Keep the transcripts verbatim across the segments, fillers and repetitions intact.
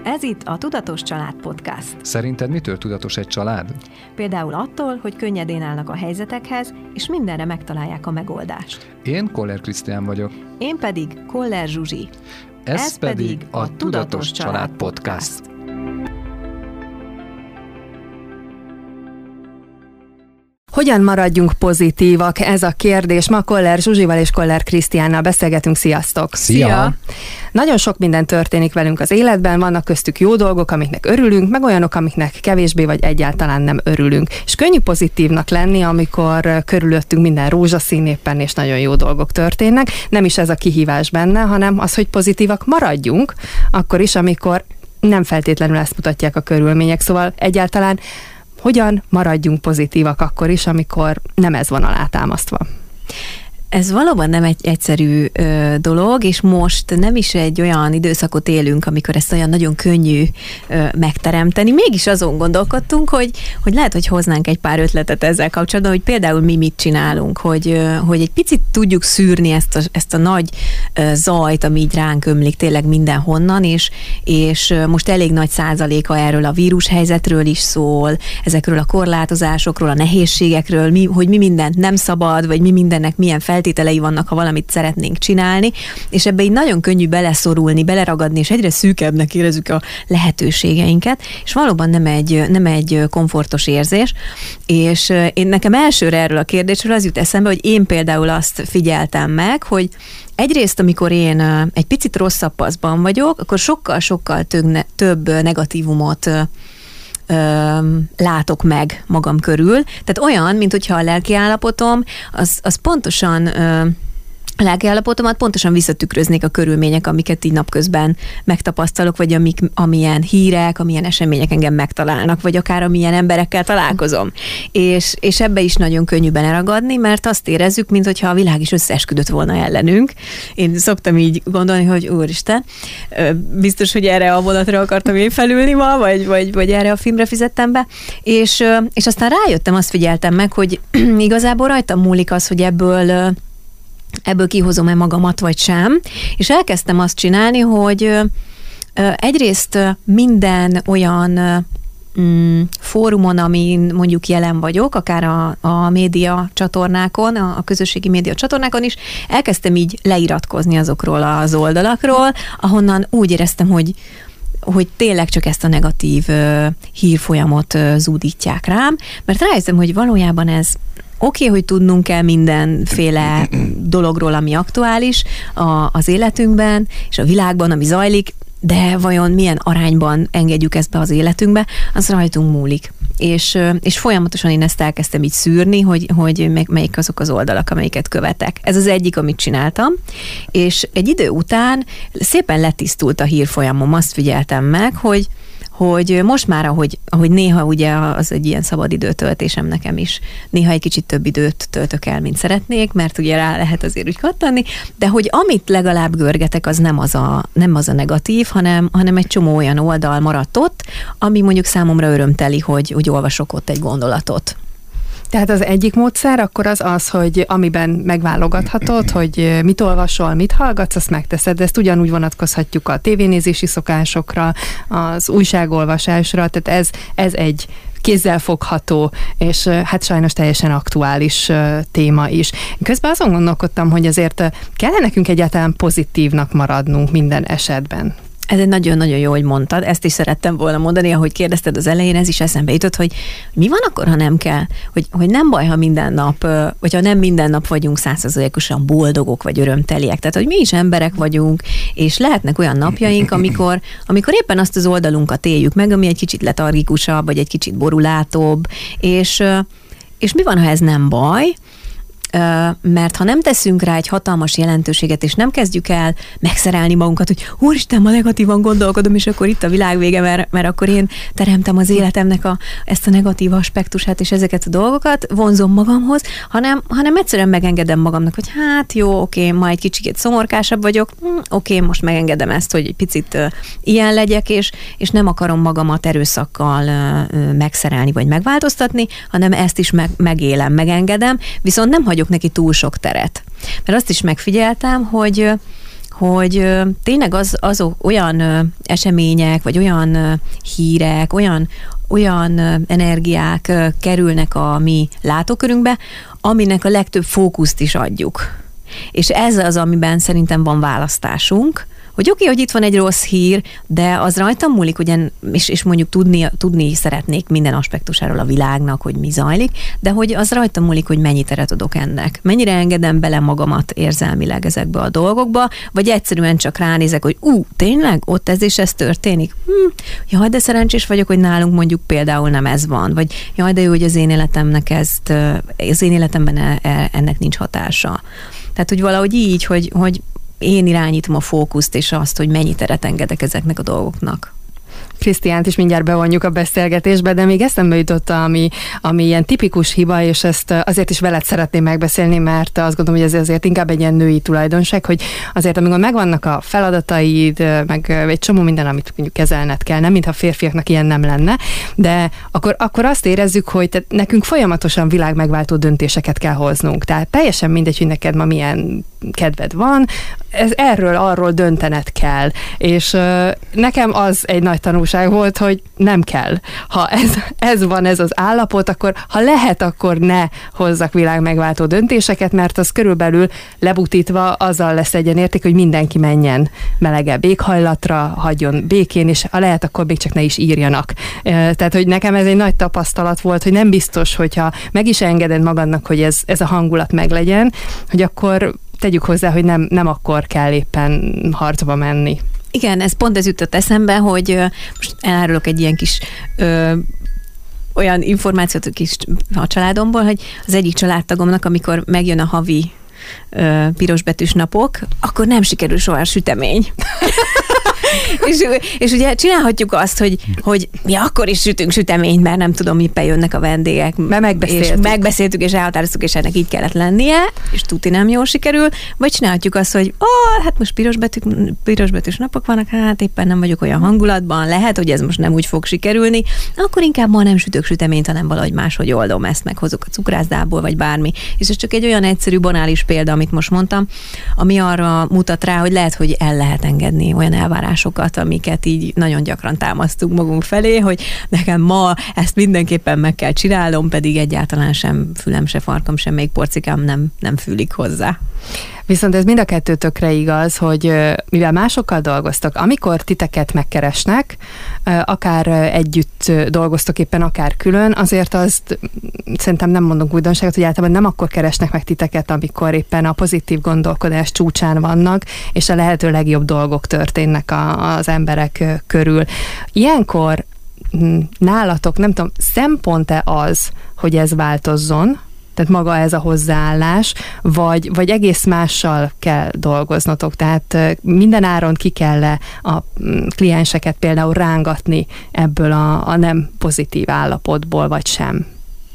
Ez itt a Tudatos Család Podcast. Szerinted mitől tudatos egy család? Például attól, hogy könnyedén állnak a helyzetekhez, és mindenre megtalálják a megoldást. Én Koller Krisztián vagyok. Én pedig Koller Zsuzsi. Ez, Ez pedig a Tudatos, Tudatos Család Podcast. Hogyan maradjunk pozitívak? Ez a kérdés. Ma Koller Zsuzsival és Koller Krisztiánnal beszélgetünk. Sziasztok! Szia! Szia! Nagyon sok minden történik velünk az életben, vannak köztük jó dolgok, amiknek örülünk, meg olyanok, amiknek kevésbé vagy egyáltalán nem örülünk. És könnyű pozitívnak lenni, amikor körülöttünk minden rózsaszín éppen, és nagyon jó dolgok történnek. Nem is ez a kihívás benne, hanem az, hogy pozitívak maradjunk, akkor is, amikor nem feltétlenül ezt mutatják a körülmények. Szóval egyáltalán hogyan maradjunk pozitívak akkor is, amikor nem ez van alátámasztva? Ez valóban nem egy egyszerű ö, dolog, és most nem is egy olyan időszakot élünk, amikor ezt olyan nagyon könnyű ö, megteremteni. Mégis azon gondolkodtunk, hogy, hogy lehet, hogy hoznánk egy pár ötletet ezzel kapcsolatban, hogy például mi mit csinálunk, hogy, ö, hogy egy picit tudjuk szűrni ezt a, ezt a nagy ö, zajt, ami így ránk ömlik tényleg mindenhonnan, és, és most elég nagy százaléka erről a vírushelyzetről is szól, ezekről a korlátozásokról, a nehézségekről, mi, hogy mi mindent nem szabad, vagy mi mindennek milyen fel feltételei vannak, ha valamit szeretnénk csinálni, és ebbe így nagyon könnyű beleszorulni, beleragadni, és egyre szűkebbnek érezzük a lehetőségeinket, és valóban nem egy, nem egy komfortos érzés, és én nekem elsőre erről a kérdésről az jut eszembe, hogy én például azt figyeltem meg, hogy egyrészt, amikor én egy picit rosszabb paszban vagyok, akkor sokkal-sokkal több negatívumot látok meg magam körül. Tehát olyan, mint hogyha a lelkiállapotom, az, az pontosan a lelkiállapotomat pontosan visszatükröznék a körülmények, amiket így napközben megtapasztalok, vagy amik, amilyen hírek, amilyen események engem megtalálnak, vagy akár amilyen emberekkel találkozom. És, és ebbe is nagyon könnyű beleragadni, mert azt érezzük, mintha a világ is összeesküdött volna ellenünk. Én szoktam így gondolni, hogy úristen, biztos, hogy erre a vonatra akartam én felülni ma, vagy, vagy, vagy erre a filmre fizettem be. És, és aztán rájöttem, azt figyeltem meg, hogy igazából rajtam múlik az, hogy ebből ebből kihozom-e magamat, vagy sem. És elkezdtem azt csinálni, hogy egyrészt minden olyan mm, fórumon, amin mondjuk jelen vagyok, akár a, a média csatornákon, a, a közösségi média csatornákon is, elkezdtem így leiratkozni azokról az oldalakról, ahonnan úgy éreztem, hogy hogy tényleg csak ezt a negatív uh, hírfolyamot uh, zúdítják rám, mert rájöttem, hogy valójában ez oké, okay, hogy tudnunk kell mindenféle dologról, ami aktuális a, az életünkben, és a világban, ami zajlik, de vajon milyen arányban engedjük ezt be az életünkbe, az rajtunk múlik. És, és folyamatosan én ezt elkezdtem így szűrni, hogy, hogy melyik azok az oldalak, amelyiket követek. Ez az egyik, amit csináltam, és egy idő után szépen letisztult a hírfolyamom, azt figyeltem meg, hogy hogy most már, ahogy, ahogy néha ugye az egy ilyen szabadidőtöltésem nekem is, néha egy kicsit több időt töltök el, mint szeretnék, mert ugye rá lehet azért úgy kattanni, de hogy amit legalább görgetek, az nem az a, nem az a negatív, hanem, hanem egy csomó olyan oldal maradt ott, ami mondjuk számomra örömteli, hogy, hogy olvasok ott egy gondolatot. Tehát az egyik módszer akkor az az, hogy amiben megválogathatod, hogy mit olvasol, mit hallgatsz, azt megteszed, de ezt ugyanúgy vonatkozhatjuk a tévénézési szokásokra, az újságolvasásra, tehát ez, ez egy kézzelfogható, és hát sajnos teljesen aktuális téma is. Közben azon gondolkodtam, hogy azért kell nekünk egyáltalán pozitívnak maradnunk minden esetben. Ez egy nagyon-nagyon jó, hogy mondtad, ezt is szerettem volna mondani, ahogy kérdezted az elején, ez is eszembe jutott, hogy mi van akkor, ha nem kell, hogy, hogy nem baj, ha minden nap, vagy ha nem minden nap vagyunk százszerzalékosan boldogok, vagy örömteliek, tehát hogy mi is emberek vagyunk, és lehetnek olyan napjaink, amikor, amikor éppen azt az oldalunkat éljük meg, ami egy kicsit letargikusabb, vagy egy kicsit borulátóbb, és, és mi van, ha ez nem baj, mert ha nem teszünk rá egy hatalmas jelentőséget, és nem kezdjük el megszerelni magunkat, hogy úristen, ma negatívan gondolkodom, és akkor itt a világ vége, mert, mert akkor én teremtem az életemnek a, ezt a negatív aspektusát, és ezeket a dolgokat vonzom magamhoz, hanem, hanem egyszerűen megengedem magamnak, hogy hát jó, oké, ma egy kicsit szomorkásabb vagyok, hm, oké, most megengedem ezt, hogy egy picit uh, ilyen legyek, és, és nem akarom magamat erőszakkal uh, megszerelni, vagy megváltoztatni, hanem ezt is meg, megélem, megengedem, viszont nem hagyok neki túl sok teret. Mert azt is megfigyeltem, hogy hogy ö, tényleg az, azok olyan ö, események, vagy olyan ö, hírek, olyan, olyan ö, energiák ö, kerülnek a mi látókörünkbe, aminek a legtöbb fókuszt is adjuk. És ez az, amiben szerintem van választásunk, hogy oké, okay, hogy itt van egy rossz hír, de az rajtam múlik, hogy en, és, és mondjuk tudni, tudni szeretnék minden aspektusáról a világnak, hogy mi zajlik, de hogy az rajtam múlik, hogy mennyi teret adok ennek. Mennyire engedem bele magamat érzelmileg ezekbe a dolgokba, vagy egyszerűen csak ránézek, hogy ú, tényleg, ott ez és ez történik? Hm, jaj, de szerencsés vagyok, hogy nálunk mondjuk például nem ez van, vagy jaj, de jó, hogy az én életemnek ezt, az én életemben ennek nincs hatása. Tehát, hogy valahogy így, hogy, hogy én irányítom a fókuszt és azt, hogy mennyi teret engedek ezeknek a dolgoknak. Krisztiánt is mindjárt bevonjuk a beszélgetésbe, de még eszembe jutott, ami, ami ilyen tipikus hiba, és ezt azért is veled szeretném megbeszélni, mert azt gondolom, hogy ez azért inkább egy ilyen női tulajdonság, hogy azért amikor megvannak a feladataid, meg egy csomó minden, amit mondjuk kezelned kell, nem mintha férfiaknak ilyen nem lenne, de akkor, akkor azt érezzük, hogy te, nekünk folyamatosan világmegváltó döntéseket kell hoznunk. Tehát teljesen mindegy, hogy neked ma milyen kedved van, ez erről, arról döntened kell. És uh, nekem az egy nagy tanulság volt, hogy nem kell. Ha ez, ez van, ez az állapot, akkor ha lehet, akkor ne hozzak világmegváltó döntéseket, mert az körülbelül lebutítva azzal lesz egyenérték, hogy mindenki menjen melegebb éghajlatra, hagyjon békén, és ha lehet, akkor még csak ne is írjanak. Uh, tehát, hogy nekem ez egy nagy tapasztalat volt, hogy nem biztos, hogyha meg is engeded magadnak, hogy ez, ez a hangulat meglegyen, hogy akkor tegyük hozzá, hogy nem, nem akkor kell éppen harcba menni. Igen, ez pont ez jutott eszembe, hogy ö, most elárulok egy ilyen kis ö, olyan információt kis a családomból, hogy az egyik családtagomnak, amikor megjön a havi ö, pirosbetűs napok, akkor nem sikerül soha sütemény. és, és ugye csinálhatjuk azt, hogy, hogy mi akkor is sütünk süteményt, mert nem tudom, éppen jönnek a vendégek. Mert megbeszéltük. És megbeszéltük, és elhatároztuk, és ennek így kellett lennie, és tuti nem jól sikerül, vagy csinálhatjuk azt, hogy ó, oh, hát most pirosbetű, pirosbetűs napok vannak, hát éppen nem vagyok olyan hangulatban, lehet, hogy ez most nem úgy fog sikerülni, akkor inkább ma nem sütök süteményt, hanem valahogy máshogy oldom ezt, meg hozok a cukrászdából, vagy bármi. És ez csak egy olyan egyszerű, banális példa, amit most mondtam, ami arra mutat rá, hogy lehet, hogy el lehet engedni olyan elvárásokat, amiket így nagyon gyakran támasztunk magunk felé, hogy nekem ma ezt mindenképpen meg kell csinálnom, pedig egyáltalán sem fülem, se farkam, sem még porcikám nem, nem fűlik hozzá. Viszont ez mind a kettőtökre igaz, hogy mivel másokkal dolgoztok, amikor titeket megkeresnek, akár együtt dolgoztok éppen, akár külön, azért azt szerintem nem mondunk újdonságot, hogy általában nem akkor keresnek meg titeket, amikor éppen a pozitív gondolkodás csúcsán vannak, és a lehető legjobb dolgok történnek a, az emberek körül. Ilyenkor nálatok, nem tudom, szempont-e az, hogy ez változzon, tehát maga ez a hozzáállás, vagy, vagy egész mással kell dolgoznotok, tehát minden áron ki kell a klienseket például rángatni ebből a, a nem pozitív állapotból, vagy sem.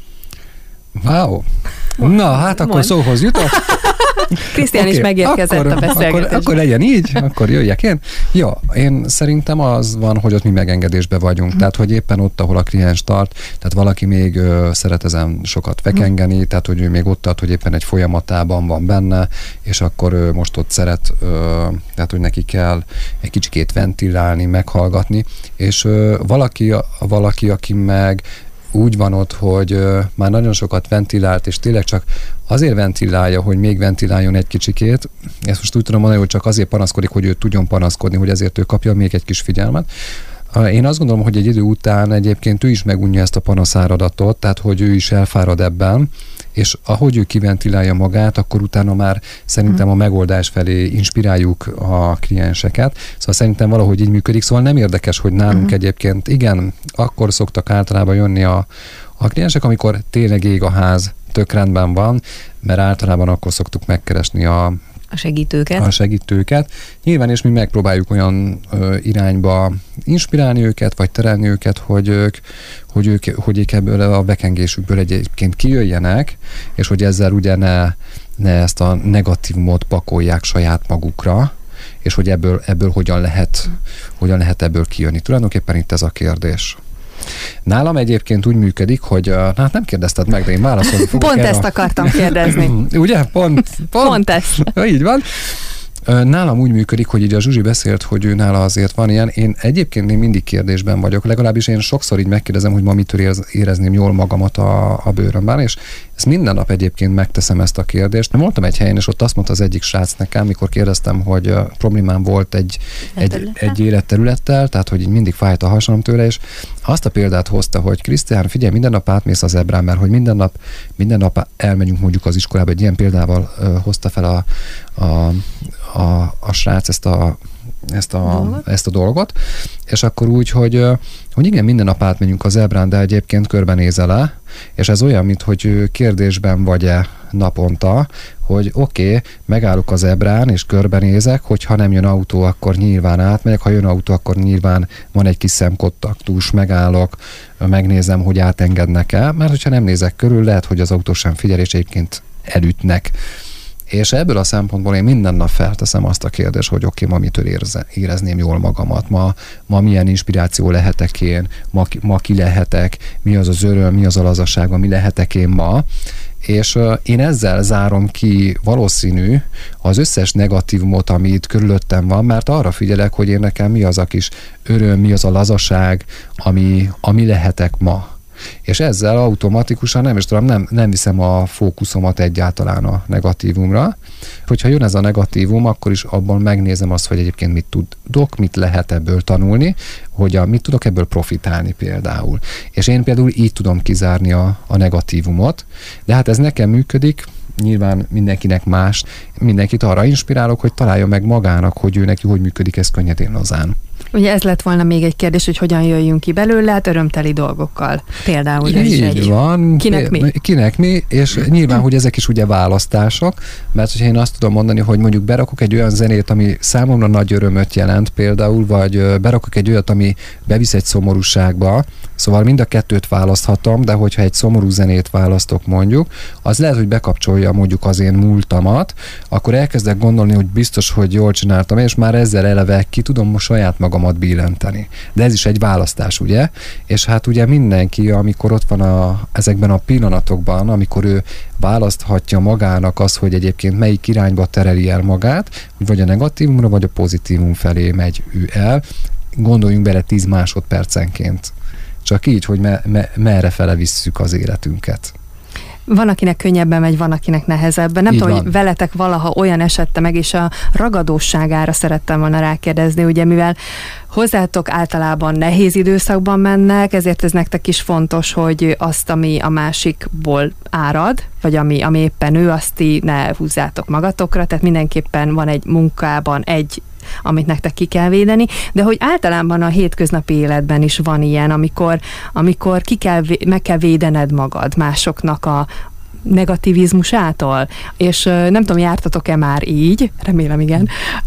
Wow! Na, hát akkor Mond. Szóhoz jutott. Krisztián okay, is megérkezett akkor, a beszélgetésben. Akkor, akkor legyen így, akkor jöjjek én. Jó, én szerintem az van, hogy ott mi megengedésbe vagyunk. Mm. Tehát, hogy éppen ott, ahol a kliens tart, tehát valaki még ö, szeret ezen sokat vekengeni, mm. tehát, hogy ő még ott tart, hogy éppen egy folyamatában van benne, és akkor ö, most ott szeret, ö, tehát, hogy neki kell egy kicsikét ventilálni, meghallgatni, és ö, valaki, valaki, aki meg úgy van ott, hogy uh, már nagyon sokat ventilált, és tényleg csak azért ventilálja, hogy még ventiláljon egy kicsikét. Ezt most úgy tudom mondani, hogy csak azért panaszkodik, hogy ő tudjon panaszkodni, hogy ezért ő kapja még egy kis figyelmet. Uh, én azt gondolom, hogy egy idő után egyébként ő is megunja ezt a panaszáradatot, tehát hogy ő is elfárad ebben, és ahogy ő kiventilálja magát, akkor utána már szerintem a megoldás felé inspiráljuk a klienseket. Szóval szerintem valahogy így működik. Szóval nem érdekes, hogy nálunk uh-huh. egyébként, igen, akkor szoktak általában jönni a, a kliensek, amikor tényleg ég a ház, tök rendben van, mert általában akkor szoktuk megkeresni a A segítőket. A segítőket. Nyilván, és mi megpróbáljuk olyan ö, irányba inspirálni őket, vagy terelni őket, hogy ők, hogy ők, hogy ők ebből a bekengésükből egyébként kijöjjenek, és hogy ezzel ugye ne, ne ezt a negatívumot pakolják saját magukra, és hogy ebből, ebből hogyan lehet, hogyan lehet ebből kijönni. Tulajdonképpen itt ez a kérdés. Nálam egyébként úgy működik, hogy hát nem kérdezted meg, de én válaszolni fogok. Pont ezt a... akartam kérdezni. Ugye? Pont, pont, pont ezt. Így van. Nálam úgy működik, hogy így a Zsuzsi beszélt, hogy ő nála azért van ilyen. Én egyébként én mindig kérdésben vagyok, legalábbis én sokszor így megkérdezem, hogy ma mitől érezném jól magamat a, a bőrömben, és ezt minden nap egyébként megteszem ezt a kérdést. Voltam egy helyen, és ott azt mondta az egyik srác nekem, mikor kérdeztem, hogy problémám volt egy, egy, egy életterülettel, tehát hogy így mindig fájt a hasam tőle, és azt a példát hozta, hogy Krisztián, figyelj, minden nap átmész az ebrán, mert hogy minden nap, minden nap elmegyünk mondjuk az iskolába, egy ilyen példával uh, hozta fel a, a, a, a srác ezt a ezt a, dolgot? ezt a dolgot, és akkor úgy, hogy, hogy igen, minden nap átmegyünk az ebrán, de egyébként körbenézel le, és ez olyan, mint hogy kérdésben vagy-e naponta, hogy oké, okay, megállok az ebrán, és körbenézek, hogyha nem jön autó, akkor nyilván átmegyek, ha jön autó, akkor nyilván van egy kis szemkontaktus, megállok, megnézem, hogy átengednek-e, mert hogyha nem nézek körül, lehet, hogy az autó sem figyel, és egyébként elütnek. És ebből a szempontból én minden nap felteszem azt a kérdést, hogy oké, okay, ma mitől érze, érezném jól magamat, ma, ma milyen inspiráció lehetek én, ma, ma ki lehetek, mi az az öröm, mi az a lazaság, mi lehetek én ma. És uh, én ezzel zárom ki valószínű az összes negatívumot, ami itt körülöttem van, mert arra figyelek, hogy én nekem mi az a kis öröm, mi az a lazaság, ami, ami lehetek ma. És ezzel automatikusan nem is tudom, nem, nem viszem a fókuszomat egyáltalán a negatívumra. Hogyha jön ez a negatívum, akkor is abban megnézem azt, hogy egyébként mit tudok, mit lehet ebből tanulni, hogy a, mit tudok ebből profitálni például. És én például így tudom kizárni a, a negatívumot, de hát ez nekem működik, nyilván mindenkinek más, mindenkit arra inspirálok, hogy találja meg magának, hogy ő neki hogy működik ez könnyedén lazán. Ugye ez lett volna még egy kérdés, hogy hogyan jöjjünk ki belőle, hát örömteli dolgokkal. Például. Így egy... van. Kinek mi? Kinek mi, és nyilván, hogy ezek is ugye választások, mert hogyha én azt tudom mondani, hogy mondjuk berakok egy olyan zenét, ami számomra nagy örömöt jelent például, vagy berakok egy olyat, ami bevisz egy szomorúságba, szóval mind a kettőt választhatom, de hogyha egy szomorú zenét választok mondjuk, az lehet, hogy bekapcsolja mondjuk az én múltamat, akkor elkezdek gondolni, hogy biztos, hogy jól csináltam, és már ezzel eleve ki tudom most saját magamat billenteni. De ez is egy választás, ugye? És hát ugye mindenki, amikor ott van a, ezekben a pillanatokban, amikor ő választhatja magának azt, hogy egyébként melyik irányba tereli el magát, hogy vagy a negatívumra, vagy a pozitívum felé megy ő el. Gondoljunk bele tíz másodpercenként. Csak így, hogy me, me, merre fele visszük az életünket. Van, akinek könnyebben megy, van, akinek nehezebben. Nem így tudom, van. hogy veletek valaha olyan esette meg, és a ragadósságára szerettem volna rákérdezni, ugye mivel hozzátok általában nehéz időszakban mennek, ezért ez nektek is fontos, hogy azt, ami a másikból árad, vagy ami, ami éppen ő, azt ti ne húzzátok magatokra, tehát mindenképpen van egy munkában egy, amit nektek ki kell védeni, de hogy általában a hétköznapi életben is van ilyen, amikor, amikor ki kell, meg kell védened magad másoknak a negativizmusától, és nem tudom, jártatok-e már így, remélem igen,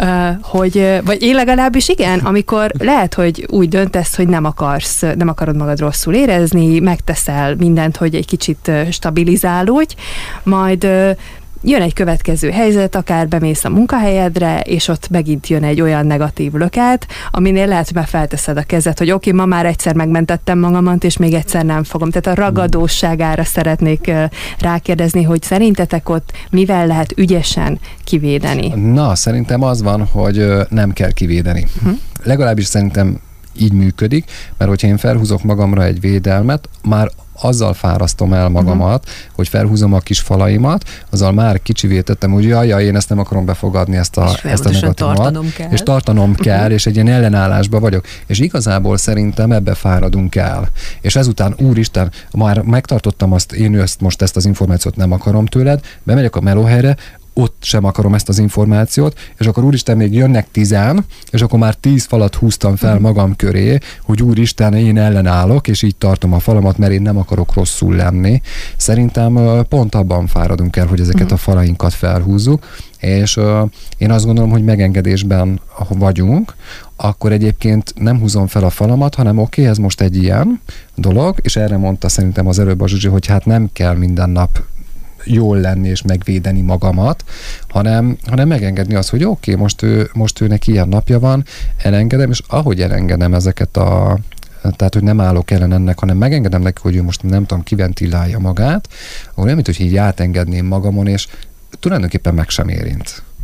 hogy, vagy én legalábbis igen, amikor lehet, hogy úgy döntesz, hogy nem akarsz, nem akarod magad rosszul érezni, megteszel mindent, hogy egy kicsit stabilizálódj, majd jön egy következő helyzet, akár bemész a munkahelyedre, és ott megint jön egy olyan negatív löket, aminél lehet, hogy már felteszed a kezed, hogy oké, okay, ma már egyszer megmentettem magamat, és még egyszer nem fogom. Tehát a ragadósságára szeretnék rákérdezni, hogy szerintetek ott mivel lehet ügyesen kivédeni? Na, szerintem az van, hogy nem kell kivédeni. Uh-huh. Legalábbis szerintem így működik, mert hogyha én felhúzok magamra egy védelmet, már azzal fárasztom el magamat, uh-huh. hogy felhúzom a kis falaimat, azzal már kicsivé tettem, hogy jaj, jaj, én ezt nem akarom befogadni, ezt a, ezt a negatívumot. Tartanom kell. És tartanom kell, uh-huh. és egy ilyen ellenállásban vagyok. És igazából szerintem ebbe fáradunk el. És ezután, úristen, már megtartottam azt, én ezt most ezt az információt nem akarom tőled, bemegyek a melóhelyre, ott sem akarom ezt az információt, és akkor úristen, még jönnek tizen, és akkor már tíz falat húztam fel magam köré, hogy úristen, én ellenállok, és így tartom a falamat, mert én nem akarok rosszul lenni. Szerintem pont abban fáradunk el, hogy ezeket a falainkat felhúzzuk, és uh, én azt gondolom, hogy megengedésben vagyunk, akkor egyébként nem húzom fel a falamat, hanem oké, okay, ez most egy ilyen dolog, és erre mondta szerintem az előbb a Zsuzsi, hogy hát nem kell minden nap jól lenni és megvédeni magamat, hanem, hanem megengedni azt, hogy oké, okay, most, ő, most őnek ilyen napja van, elengedem, és ahogy elengedem ezeket a, tehát, hogy nem állok ellen ennek, hanem megengedem neki, hogy ő most nem tudom, kiventilálja magát, akkor nem, mint hogy így átengedném magamon, és tulajdonképpen meg sem érint.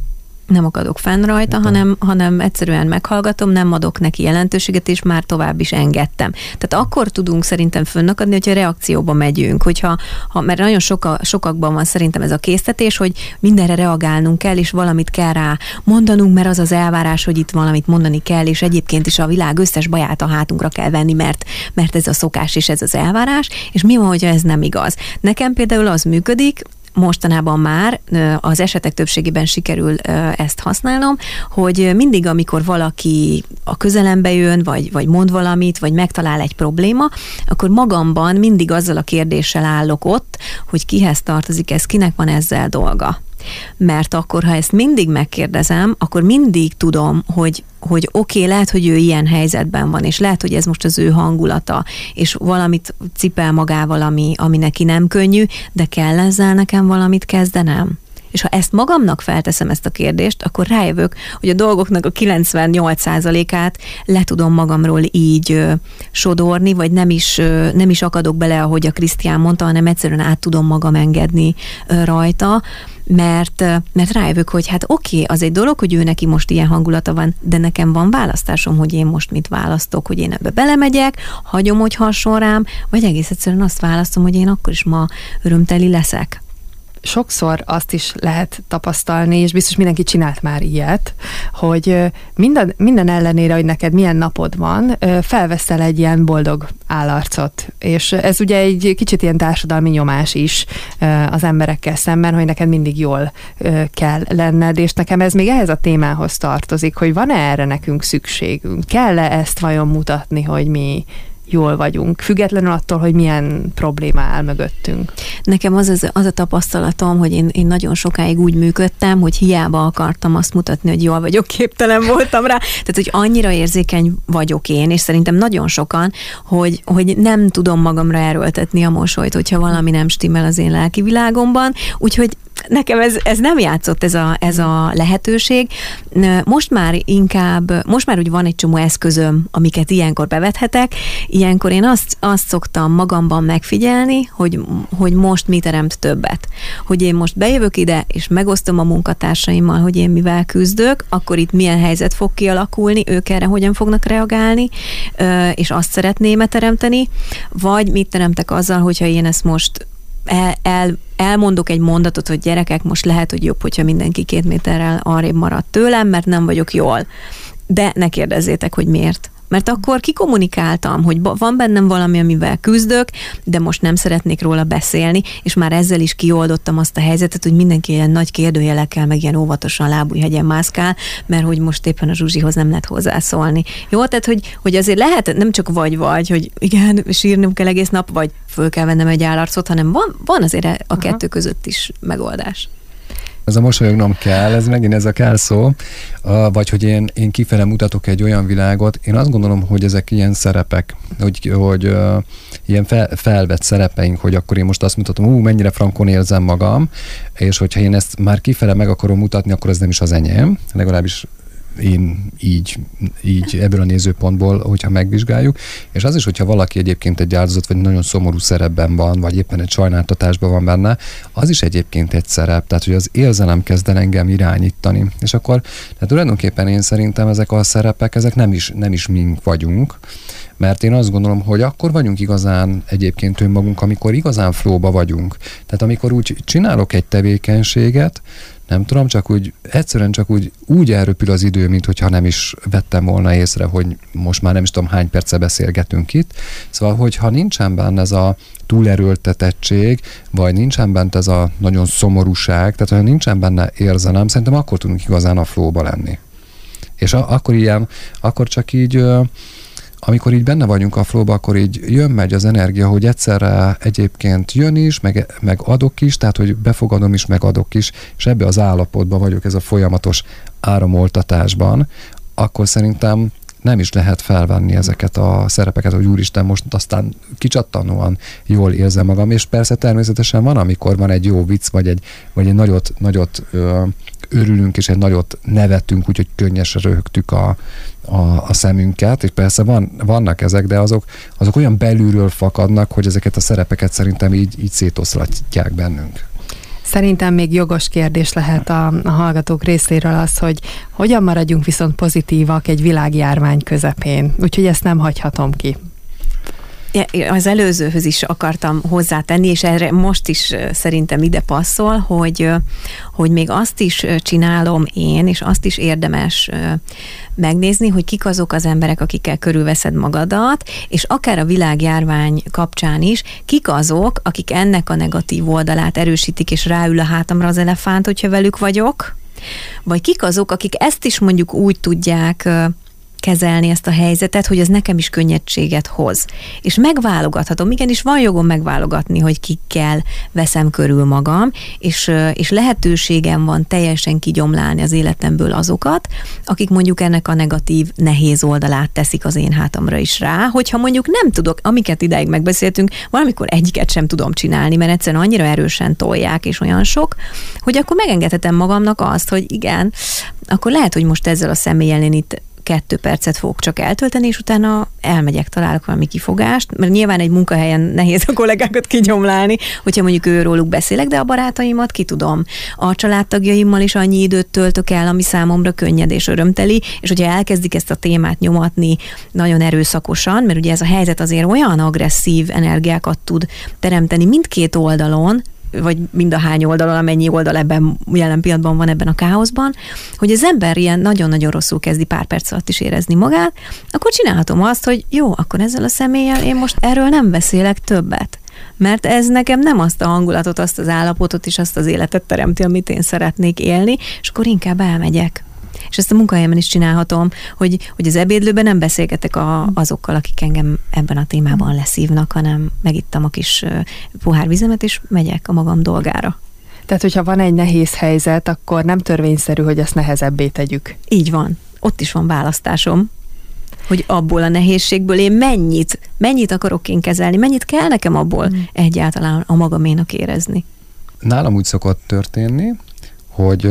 nem akadok fenn rajta, hanem, hanem egyszerűen meghallgatom, nem adok neki jelentőséget, és már tovább is engedtem. Tehát akkor tudunk szerintem fönnakadni, hogyha reakcióba megyünk, hogyha, ha, mert nagyon soka, sokakban van szerintem ez a késztetés, hogy mindenre reagálnunk kell, és valamit kell rá mondanunk, mert az az elvárás, hogy itt valamit mondani kell, és egyébként is a világ összes baját a hátunkra kell venni, mert, mert ez a szokás és ez az elvárás, és mi van, hogyha ez nem igaz? Nekem például az működik, mostanában már az esetek többségében sikerül ezt használnom, hogy mindig, amikor valaki a közelembe jön, vagy, vagy mond valamit, vagy megtalál egy probléma, akkor magamban mindig azzal a kérdéssel állok ott, hogy kihez tartozik ez, kinek van ezzel dolga. Mert akkor, ha ezt mindig megkérdezem, akkor mindig tudom, hogy, hogy oké, okay, lehet, hogy ő ilyen helyzetben van, és lehet, hogy ez most az ő hangulata, és valamit cipel magával, ami, ami neki nem könnyű, de kell ezzel nekem valamit kezdenem? És ha ezt magamnak felteszem ezt a kérdést, akkor rájövök, hogy a dolgoknak a kilencvennyolc százalékát le tudom magamról így ö, sodorni, vagy nem is, ö, nem is akadok bele, ahogy a Krisztián mondta, hanem egyszerűen át tudom magam engedni ö, rajta, mert, mert rájövök, hogy hát oké, okay, az egy dolog, hogy ő neki most ilyen hangulata van, de nekem van választásom, hogy én most mit választok, hogy én ebbe belemegyek, hagyom, hogy hasson rám, vagy egész egyszerűen azt választom, hogy én akkor is ma örömteli leszek. Sokszor azt is lehet tapasztalni, és biztos mindenki csinált már ilyet, hogy minden, minden ellenére, hogy neked milyen napod van, felveszel egy ilyen boldog állarcot. És ez ugye egy kicsit ilyen társadalmi nyomás is az emberekkel szemben, hogy neked mindig jól kell lenned, és nekem ez még ehhez a témához tartozik, hogy van-e erre nekünk szükségünk? Kell-e ezt vajon mutatni, hogy mi jól vagyunk, függetlenül attól, hogy milyen probléma áll mögöttünk. Nekem az, az, az a tapasztalatom, hogy én, én nagyon sokáig úgy működtem, hogy hiába akartam azt mutatni, hogy jól vagyok, képtelen voltam rá. Tehát, hogy annyira érzékeny vagyok én, és szerintem nagyon sokan, hogy, hogy nem tudom magamra erőltetni a mosolyt, hogyha valami nem stimmel az én lelki világomban. Úgyhogy nekem ez, ez nem játszott ez a, ez a lehetőség. Most már inkább, most már úgy van egy csomó eszközöm, amiket ilyenkor bevethetek. Ilyenkor én azt, azt szoktam magamban megfigyelni, hogy, hogy most mi teremt többet. Hogy én most bejövök ide, és megosztom a munkatársaimmal, hogy én mivel küzdök, akkor itt milyen helyzet fog kialakulni, ők erre hogyan fognak reagálni, és azt szeretném-e teremteni, vagy mit teremtek azzal, hogyha én ezt most el, el elmondok egy mondatot, hogy gyerekek, most lehet, hogy jobb, hogyha mindenki két méterrel arrébb marad tőlem, mert nem vagyok jól. De ne kérdezzétek, hogy miért. Mert akkor kikommunikáltam, hogy van bennem valami, amivel küzdök, de most nem szeretnék róla beszélni, és már ezzel is kioldottam azt a helyzetet, hogy mindenki ilyen nagy kérdőjelekkel, meg ilyen óvatosan lábújhegyen mászkál, mert hogy most éppen a Zsuzsihoz nem lehet hozzászólni. Jó, tehát, hogy, hogy azért lehet, nem csak vagy-vagy, hogy igen, sírnom kell egész nap, vagy föl kell vennem egy állarcot, hanem van, van azért a Aha. kettő között is megoldás. Ez a mosolyognom kell, ez megint ez a kell szó, vagy hogy én, én kifele mutatok egy olyan világot, én azt gondolom, hogy ezek ilyen szerepek, hogy, hogy uh, ilyen fel, felvett szerepeink, hogy akkor én most azt mutatom, ú, mennyire frankon érzem magam, és hogyha én ezt már kifele meg akarom mutatni, akkor ez nem is az enyém, legalábbis én így, így ebből a nézőpontból, hogyha megvizsgáljuk, és az is, hogyha valaki egyébként egy áldozat, vagy nagyon szomorú szerepben van, vagy éppen egy sajnáltatásban van benne, az is egyébként egy szerep, tehát hogy az érzelem kezd el engem irányítani. És akkor tehát tulajdonképpen én szerintem ezek a szerepek, ezek nem is, nem is mink vagyunk, mert én azt gondolom, hogy akkor vagyunk igazán egyébként önmagunk, amikor igazán flowba vagyunk. Tehát amikor úgy csinálok egy tevékenységet, nem tudom, csak úgy, egyszerűen csak úgy, úgy elröpül az idő, mint hogyha nem is vettem volna észre, hogy most már nem is tudom hány perce beszélgetünk itt. Szóval, hogyha nincsen benne ez a túlerőltetettség, vagy nincsen benne ez a nagyon szomorúság, tehát ha nincsen benne érzelem, szerintem akkor tudunk igazán a flowba lenni. És a, akkor ilyen, akkor csak így... amikor így benne vagyunk a flowba, akkor így jön-megy az energia, hogy egyszerre egyébként jön is, meg, meg adok is, tehát hogy befogadom is, meg adok is, és ebbe az állapotban vagyok, ez a folyamatos áramoltatásban, akkor szerintem nem is lehet felvenni ezeket a szerepeket, hogy úristen, most aztán kicsattanóan jól érzem magam, és persze természetesen van, amikor van egy jó vicc, vagy egy, vagy egy nagyot, nagyot ö, örülünk, és egy nagyot nevetünk, úgyhogy könnyesre röhögtük a, a, a szemünket, és persze van, vannak ezek, de azok, azok olyan belülről fakadnak, hogy ezeket a szerepeket szerintem így, így szétoszlatják bennünk. Szerintem még jogos kérdés lehet a, a hallgatók részéről az, hogy hogyan maradjunk viszont pozitívak egy világjárvány közepén. Úgyhogy ezt nem hagyhatom ki. Az előzőhöz is akartam hozzátenni, és erre most is szerintem ide passzol, hogy, hogy még azt is csinálom én, és azt is érdemes megnézni, hogy kik azok az emberek, akikkel körülveszed magadat, és akár a világjárvány kapcsán is, kik azok, akik ennek a negatív oldalát erősítik, és ráül a hátamra az elefánt, hogyha velük vagyok, vagy kik azok, akik ezt is mondjuk úgy tudják kezelni ezt a helyzetet, hogy az nekem is könnyedséget hoz. És megválogathatom, igenis van jogom megválogatni, hogy kikkel veszem körül magam, és, és lehetőségem van teljesen kigyomlálni az életemből azokat, akik mondjuk ennek a negatív, nehéz oldalát teszik az én hátamra is rá, hogyha mondjuk nem tudok, amiket idáig megbeszéltünk, valamikor egyiket sem tudom csinálni, mert egyszerűen annyira erősen tolják, és olyan sok, hogy akkor megengedhetem magamnak azt, hogy igen, akkor lehet, hogy most ezzel a személlyel én itt kettő percet fogok csak eltölteni, és utána elmegyek, találok valami kifogást, mert nyilván egy munkahelyen nehéz a kollégákat kigyomlálni, hogyha mondjuk őróluk beszélek, de a barátaimat ki tudom. A családtagjaimmal is annyi időt töltök el, ami számomra könnyed és örömteli, és hogyha elkezdik ezt a témát nyomatni nagyon erőszakosan, mert ugye ez a helyzet azért olyan agresszív energiákat tud teremteni mindkét oldalon, vagy mind a hány oldalon, amennyi oldal ebben jelen pillanatban van ebben a káoszban, hogy az ember ilyen nagyon-nagyon rosszul kezdi pár perc alatt is érezni magát, akkor csinálhatom azt, hogy jó, akkor ezzel a személlyel én most erről nem beszélek többet. Mert ez nekem nem azt a hangulatot, azt az állapotot és azt az életet teremti, amit én szeretnék élni, és akkor inkább elmegyek. És ezt a munkahelyemen is csinálhatom, hogy, hogy az ebédlőben nem beszélgetek a, azokkal, akik engem ebben a témában leszívnak, hanem megittam a kis pohár vizemet, és megyek a magam dolgára. Tehát, hogyha van egy nehéz helyzet, akkor nem törvényszerű, hogy ezt nehezebbé tegyük. Így van. Ott is van választásom, hogy abból a nehézségből én mennyit, mennyit akarok én kezelni, mennyit kell nekem abból mm. egyáltalán a magaménak érezni. Nálam úgy szokott történni, hogy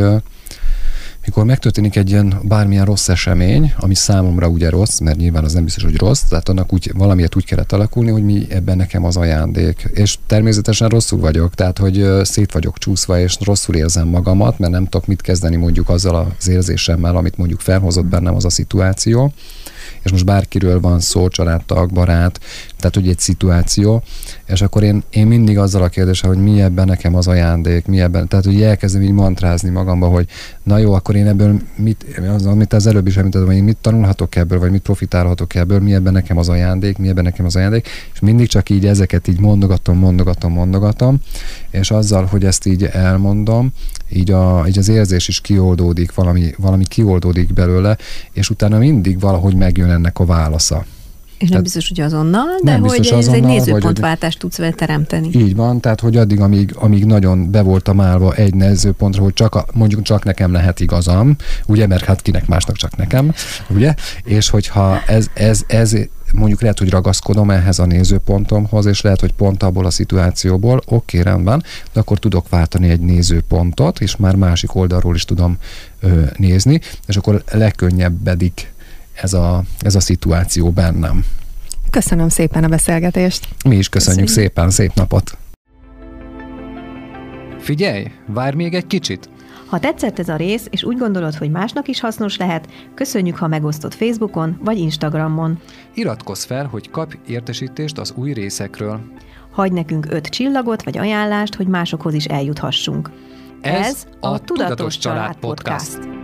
mikor megtörténik egy ilyen bármilyen rossz esemény, ami számomra ugye rossz, mert nyilván az nem biztos, hogy rossz, tehát annak úgy, valamiért úgy kellett alakulni, hogy mi ebben nekem az ajándék. És természetesen rosszul vagyok, tehát hogy szét vagyok csúszva, és rosszul érzem magamat, mert nem tudok mit kezdeni mondjuk azzal az érzésemmel, amit mondjuk felhozott bennem az a szituáció. És most bárkiről van szó, családtag, barát, tehát ugye egy szituáció, és akkor én, én mindig azzal a kérdéssel, hogy mi ebben nekem az ajándék, mi ebben, tehát hogy elkezdem így mantrázni magamba, hogy na jó, akkor én ebből mit, az, amit az előbb is említettem, hogy én mit tanulhatok ebből, vagy mit profitálhatok ebből, mi ebben nekem az ajándék, mi ebben nekem az ajándék, és mindig csak így ezeket így mondogatom, mondogatom, mondogatom, és azzal, hogy ezt így elmondom, így, a, így az érzés is kioldódik, valami, valami kioldódik belőle, és utána mindig valahogy megjön ennek a válasza. És nem biztos, hogy azonnal, de hogy ez azonnal, egy nézőpontváltást tudsz vele teremteni. Így van, tehát hogy addig, amíg, amíg nagyon be voltam állva egy nézőpontra, hogy csak a, mondjuk csak nekem lehet igazam, ugye, mert hát kinek másnak csak nekem, ugye, és hogyha ez, ez, ez mondjuk lehet, hogy ragaszkodom ehhez a nézőpontomhoz, és lehet, hogy pont abból a szituációból, oké, rendben, de akkor tudok váltani egy nézőpontot, és már másik oldalról is tudom ö, nézni, és akkor legkönnyebbedik ez a, ez a szituáció bennem. Köszönöm szépen a beszélgetést. Mi is köszönjük, köszönjük. Szépen, szép napot. Figyelj, várj még egy kicsit. Ha tetszett ez a rész, és úgy gondolod, hogy másnak is hasznos lehet, köszönjük, ha megosztod Facebookon vagy Instagramon. Iratkozz fel, hogy kapj értesítést az új részekről. Hagyj nekünk öt csillagot vagy ajánlást, hogy másokhoz is eljuthassunk. Ez, Ez a Tudatos Család Podcast.